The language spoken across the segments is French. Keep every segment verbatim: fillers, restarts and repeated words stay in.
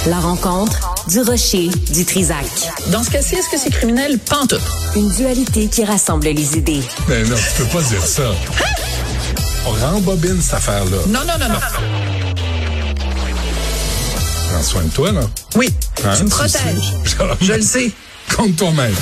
La rencontre du rocher du Trisac. Dans ce cas-ci, est-ce que c'est criminel? Pantoute. Une dualité qui rassemble les idées. Ben non, tu peux pas dire ça. Hein? On rembobine cette affaire-là. Non, non, non, non. Prends soin de toi, là. Oui, hein? tu me protèges. Je, Je le sais. Compte toi-même.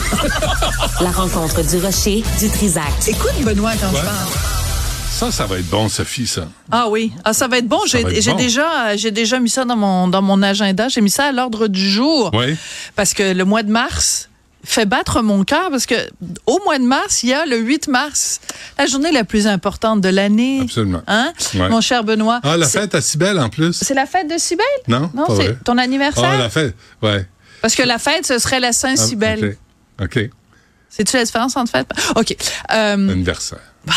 La rencontre du rocher du Trisac. Écoute, Benoît, quand ouais. je parle. Ça, ça va être bon, Sophie, ça. Ah oui, ah, ça va être bon. Ça j'ai, va être j'ai, bon. Déjà, j'ai déjà mis ça dans mon, dans mon agenda. J'ai mis ça à l'ordre du jour. Oui. Parce que le mois de mars fait battre mon cœur parce que au mois de mars, il y a le huit mars, la journée la plus importante de l'année. Absolument. Hein, ouais. Mon cher Benoît. Ah, la fête à Cybèle, en plus. C'est la fête de Cybèle? Non, Non, pas c'est vrai. ton anniversaire? Ah, la fête, oui. Parce que la fête, ce serait la Saint-Cybèle. Ah, OK. OK. C'est-tu la différence entre fête? OK. Euh, Anniversaire. Bah,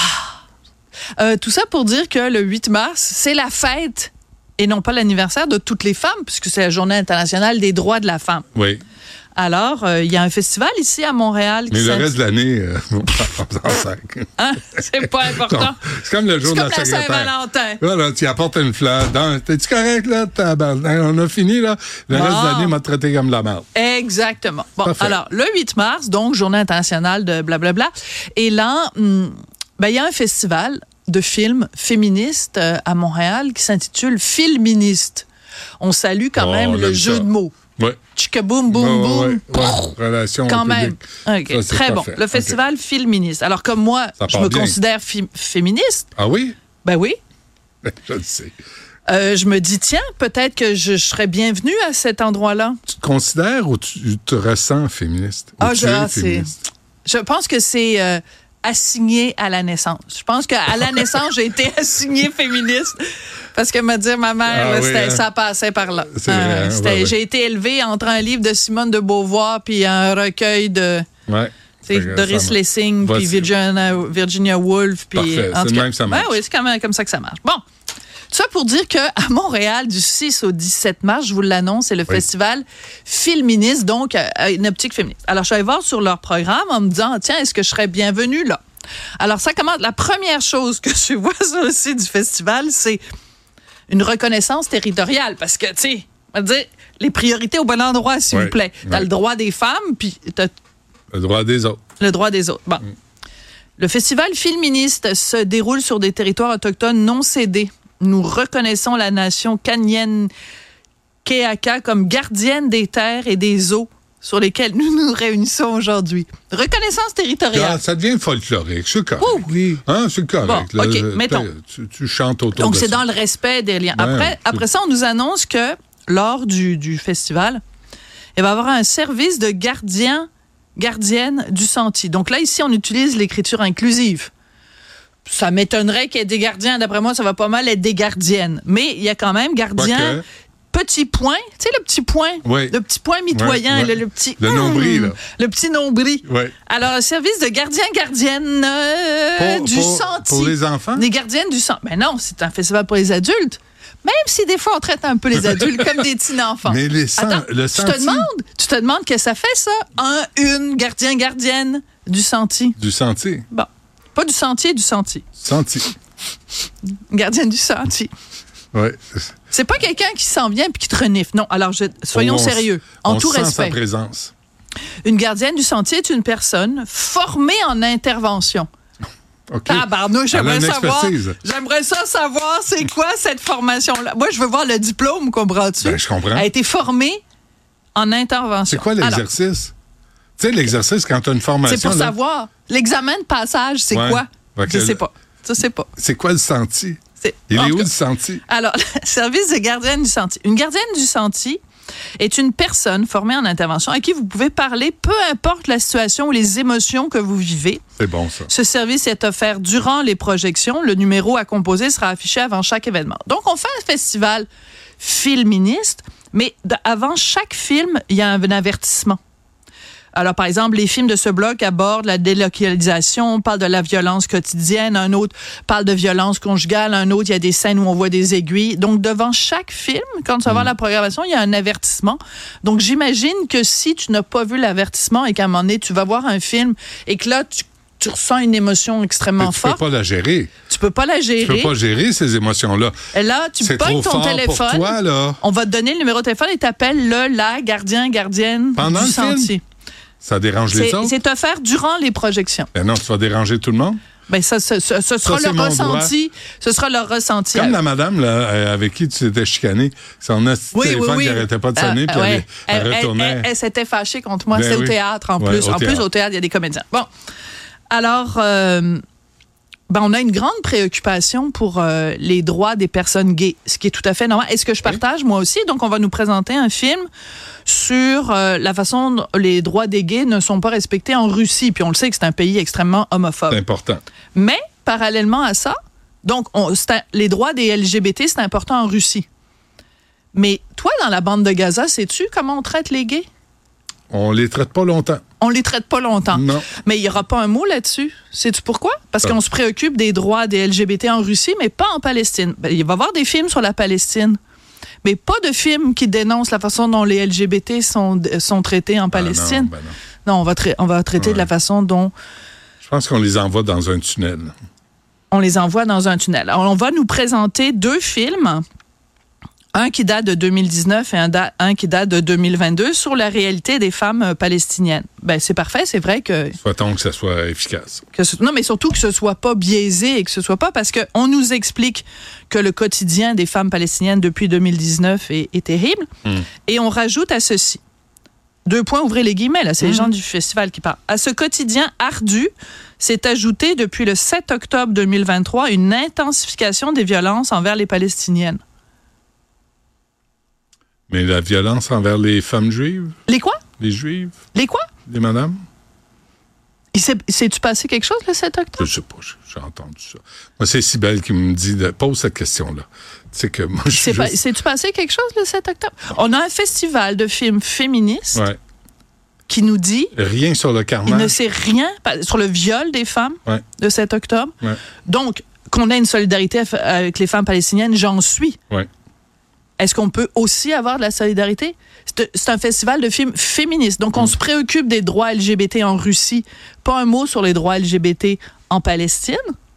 euh, tout ça pour dire que le huit mars, c'est la fête et non pas l'anniversaire de toutes les femmes, puisque c'est la Journée internationale des droits de la femme. Oui. Alors, il euh, y a un festival ici à Montréal. Qui Mais le reste de l'année, euh, on s'en sac. Hein? C'est pas important. Non, c'est comme le jour c'est de comme la la secrétaire. Saint-Valentin. Voilà, tu apportes une fleur. Dans, t'es-tu correct, là? On a fini, là. Le bon. reste de l'année m'a traité comme de la merde. Exactement. Bon, Parfait. alors, le huit mars, donc, Journée internationale de blablabla. Et là, il ben, y a un festival de films féministes euh, à Montréal qui s'intitule Filministes. On salue quand oh, même le jeu ça. de mots. Ouais. Chikaboum, boum, oh, boum. Ouais, ouais. Relation quand même. Okay. Ça, très parfait. bon. Le festival okay. Filministes. Alors, comme moi, je me bien. considère fi- féministe. Ah oui? Ben oui. Je le sais. Euh, je me dis, tiens, peut-être que je, je serais bienvenue à cet endroit-là. Tu te considères ou tu te ressens féministe? Ah, ou je, tu es ah, féministe? Je pense que c'est euh, assigné à la naissance. Je pense qu'à la naissance, j'ai été assignée féministe. Parce que me dire ma mère, ah, là, oui, c'était, hein? ça passait par là. C'est euh, vrai, hein? c'était, ouais, ouais. J'ai été élevée entre un livre de Simone de Beauvoir puis un recueil de ouais. Doris ça Lessing puis Virginia, Virginia Woolf. Puis, parfait, en c'est tout le cas, même que ça marche. Ben, oui, c'est quand même comme ça que ça marche. Bon, tout ça pour dire qu'à Montréal, du six au dix-sept mars, je vous l'annonce, c'est le oui. festival Filministes, donc à une optique féministe. Alors, je suis allée voir sur leur programme en me disant, tiens, est-ce que je serais bienvenue là? Alors, ça commence. La première chose que je vois sur le site du festival, c'est une reconnaissance territoriale. Parce que, tu sais, on va dire, les priorités au bon endroit, s'il oui. vous plaît. T'as oui. le droit des femmes, puis t'as le droit des autres. Le droit des autres. Bon. Mm. Le festival Filministes se déroule sur des territoires autochtones non cédés. Nous reconnaissons la nation Kanien'kehá:ka comme gardienne des terres et des eaux sur lesquelles nous nous réunissons aujourd'hui. Reconnaissance territoriale. Ah, ça devient folklorique, c'est correct. Oh, oui. Hein, c'est correct. Bon, OK, là, mettons. Tu, tu chantes autour Donc, de c'est ça. dans le respect des liens. Ouais, après, après ça, on nous annonce que lors du, du festival, il va y avoir un service de gardien, gardienne du sentier. Donc là, ici, on utilise l'écriture inclusive. Ça m'étonnerait qu'il y ait des gardiens. D'après moi, ça va pas mal être des gardiennes. Mais il y a quand même gardien, petit point. Tu sais, le petit point. Oui. Le petit point mitoyen. Oui, oui. Le, le petit... Le nombril, là. Le petit nombril. Oui. Alors, un service de gardien, gardienne euh, pour, du pour, sentier. Pour les enfants? Des gardiennes du sentier. Ben non, c'est un festival pour les adultes. Même si des fois, on traite un peu les adultes comme des petits enfants. Mais les sen- Attends, le tu sentier... te demandes, tu te demandes que ça fait, ça? Un, une, gardien, gardienne du sentier. Du sentier. Bon. Pas du sentier, du sentier. Sentier. Gardienne du sentier. Oui. C'est pas quelqu'un qui s'en vient puis qui te renifle. Non, alors je, soyons on, sérieux, en on tout sent respect. Sa présence. Une gardienne du sentier est une personne formée en intervention. OK. Tabarnouche, j'aimerais Elle a une savoir. expertise. J'aimerais ça savoir c'est quoi cette formation-là. Moi, je veux voir le diplôme, comprends-tu? Ben, je comprends. Elle a été formée en intervention. C'est quoi l'exercice? Tu sais, l'exercice, quand tu as une formation... C'est pour là, savoir. L'examen de passage, c'est ouais. quoi? Okay, je sais pas. Je sais pas. C'est quoi le sentier? C'est... Il en est où cas, le sentier? Alors, le service de gardienne du sentier. Une gardienne du sentier est une personne formée en intervention à qui vous pouvez parler, peu importe la situation ou les émotions que vous vivez. C'est bon, ça. Ce service est offert durant les projections. Le numéro à composer sera affiché avant chaque événement. Donc, on fait un festival filministe, mais avant chaque film, il y a un avertissement. Alors, par exemple, les films de ce bloc abordent la délocalisation, on parle de la violence quotidienne, un autre parle de violence conjugale, un autre, il y a des scènes où on voit des aiguilles. Donc, devant chaque film, quand tu vas voir la programmation, il y a un avertissement. Donc, j'imagine que si tu n'as pas vu l'avertissement et qu'à un moment donné, tu vas voir un film et que là, tu tu ressens une émotion extrêmement Mais tu forte. peux pas la gérer. Tu peux pas la gérer. Tu peux pas gérer ces émotions-là. Et là, tu C'est pognes trop ton fort téléphone. pour toi, là. On va te donner le numéro de téléphone et t'appelles le, la gardien, gardienne Pendant du le film? sentier. Ça dérange les C'est, autres? c'est offert durant les projections. Ben non, tu vas déranger tout le monde. Ben ça, ce, ce, ce sera c'est le mon ressenti. Ce sera le ressenti. Comme la madame là, euh, avec qui tu t'étais chicané, son Oui, oui, téléphone oui. qui n'arrêtait pas de sonner, Euh, puis ouais. elle, elle, Elle- retournait. Elle, elle, elle s'était fâchée contre moi. Ben C'était oui. au théâtre en Ouais, plus. au En plus, théâtre. au théâtre, il y a des comédiens. Bon. Alors, euh, ben, on a une grande préoccupation pour euh, les droits des personnes gays, ce qui est tout à fait normal. Et ce que je partage, moi aussi. Donc, on va nous présenter un film sur euh, la façon dont les droits des gays ne sont pas respectés en Russie. Puis on le sait que c'est un pays extrêmement homophobe. C'est important. Mais, parallèlement à ça, donc, on, c'est un- les droits des L G B T, c'est important en Russie. Mais toi, dans la bande de Gaza, sais-tu comment on traite les gays? On les traite pas longtemps. On les traite pas longtemps. Non. Mais il n'y aura pas un mot là-dessus. Sais-tu pourquoi? Parce Ah. qu'on se préoccupe des droits des L G B T en Russie, mais pas en Palestine. Ben, il va y avoir des films sur la Palestine, mais pas de films qui dénoncent la façon dont les L G B T sont, sont traités en Palestine. Ah non, ben non. non, on va, tra- on va traiter Ouais. de la façon dont Je pense qu'on les envoie dans un tunnel. on les envoie dans un tunnel. Alors, on va nous présenter deux films, un qui date de deux mille dix-neuf et un, da- un qui date de deux mille vingt-deux, sur la réalité des femmes euh, palestiniennes. Ben, c'est parfait, c'est vrai que... Souhaitons que ça soit efficace. que ce- non, mais surtout que ce soit pas biaisé et que ce soit pas... Parce qu'on nous explique que le quotidien des femmes palestiniennes depuis deux mille dix-neuf est, est terrible. Mm. Et on rajoute à ceci... Deux points, ouvrez les guillemets, là, c'est les gens du festival qui parlent. À ce quotidien ardu s'est ajouté depuis le sept octobre deux mille vingt-trois une intensification des violences envers les Palestiniennes. Mais la violence envers les femmes juives, Les quoi? les juives, Les quoi? les madames, Il s'est, s'est-tu passé quelque chose le sept je octobre? sais pas, j'ai- j'ai entendu ça. Moi, c'est Cybèle qui me dit, de, pose cette question-là. Tu sais que moi, je suis C'est pas, juste... s'est-tu passé quelque chose le sept octobre? On a un festival de films féministes Ouais. qui nous dit Rien sur le il carnage. ne sait rien pa- sur le viol des femmes Ouais. de sept octobre. Ouais. Donc, qu'on ait une solidarité af- avec les femmes palestiniennes, j'en suis. Ouais. Est-ce qu'on peut aussi avoir de la solidarité? C'est, c'est un festival de films féministes. Donc, on Mm. se préoccupe des droits L G B T en Russie. Pas un mot sur les droits L G B T en Palestine.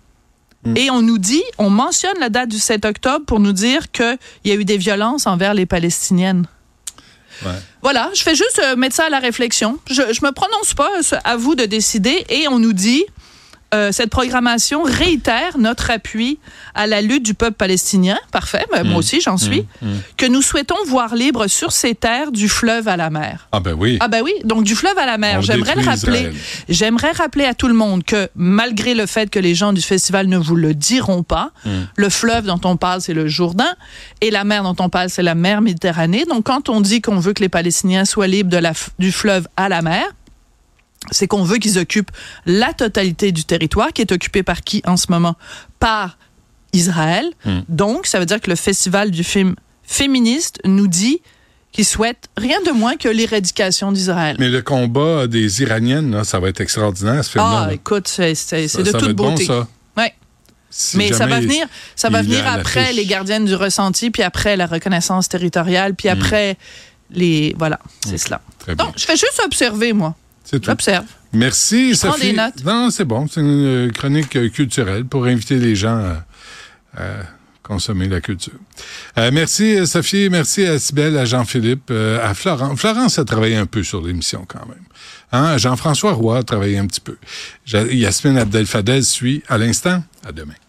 Mm. Et on nous dit, on mentionne la date du sept octobre pour nous dire qu'il y a eu des violences envers les Palestiniennes. Ouais. Voilà, je fais juste euh, mettre ça à la réflexion. Je, je me prononce pas, c'est à vous de décider. Et on nous dit, euh, cette programmation réitère notre appui à la lutte du peuple palestinien. Parfait, ben, moi aussi j'en suis. Mmh, mmh. Que nous souhaitons voir libre sur ces terres du fleuve à la mer. Ah ben oui. Ah ben oui, donc du fleuve à la mer. On J'aimerais le détruit rappeler. Israël. J'aimerais rappeler à tout le monde que malgré le fait que les gens du festival ne vous le diront pas, Mm. le fleuve dont on parle, c'est le Jourdain, et la mer dont on parle, c'est la mer Méditerranée. Donc quand on dit qu'on veut que les Palestiniens soient libres de la, du fleuve à la mer, c'est qu'on veut qu'ils occupent la totalité du territoire, qui est occupé par qui en ce moment? Par Israël. Mm. Donc, ça veut dire que le festival du film féministe nous dit qu'il souhaite rien de moins que l'éradication d'Israël. Mais le combat des Iraniennes, là, ça va être extraordinaire, ce film-là. Ah, écoute, c'est, c'est, Ça- c'est de ça va toute être bon, beauté. ça. Ouais. Si Mais ça jamais va venir, ça va il venir a la après fiche. les gardiennes du ressenti, puis après la reconnaissance territoriale, puis après les... Voilà, c'est cela. Très bien. Donc, je fais juste observer, moi. C'est tout. J'observe. Merci, prends Sophie. des notes. Non, c'est bon. C'est une euh, chronique euh, culturelle pour inviter les gens à, à consommer la culture. Euh, merci, euh, Sophie. Merci à Cybèle, à Jean-Philippe, euh, à Florence. Florence a travaillé un peu sur l'émission quand même. Hein? Jean-François Roy a travaillé un petit peu. Ja- Yasmine Abdel-Fadel suit à l'instant. À demain.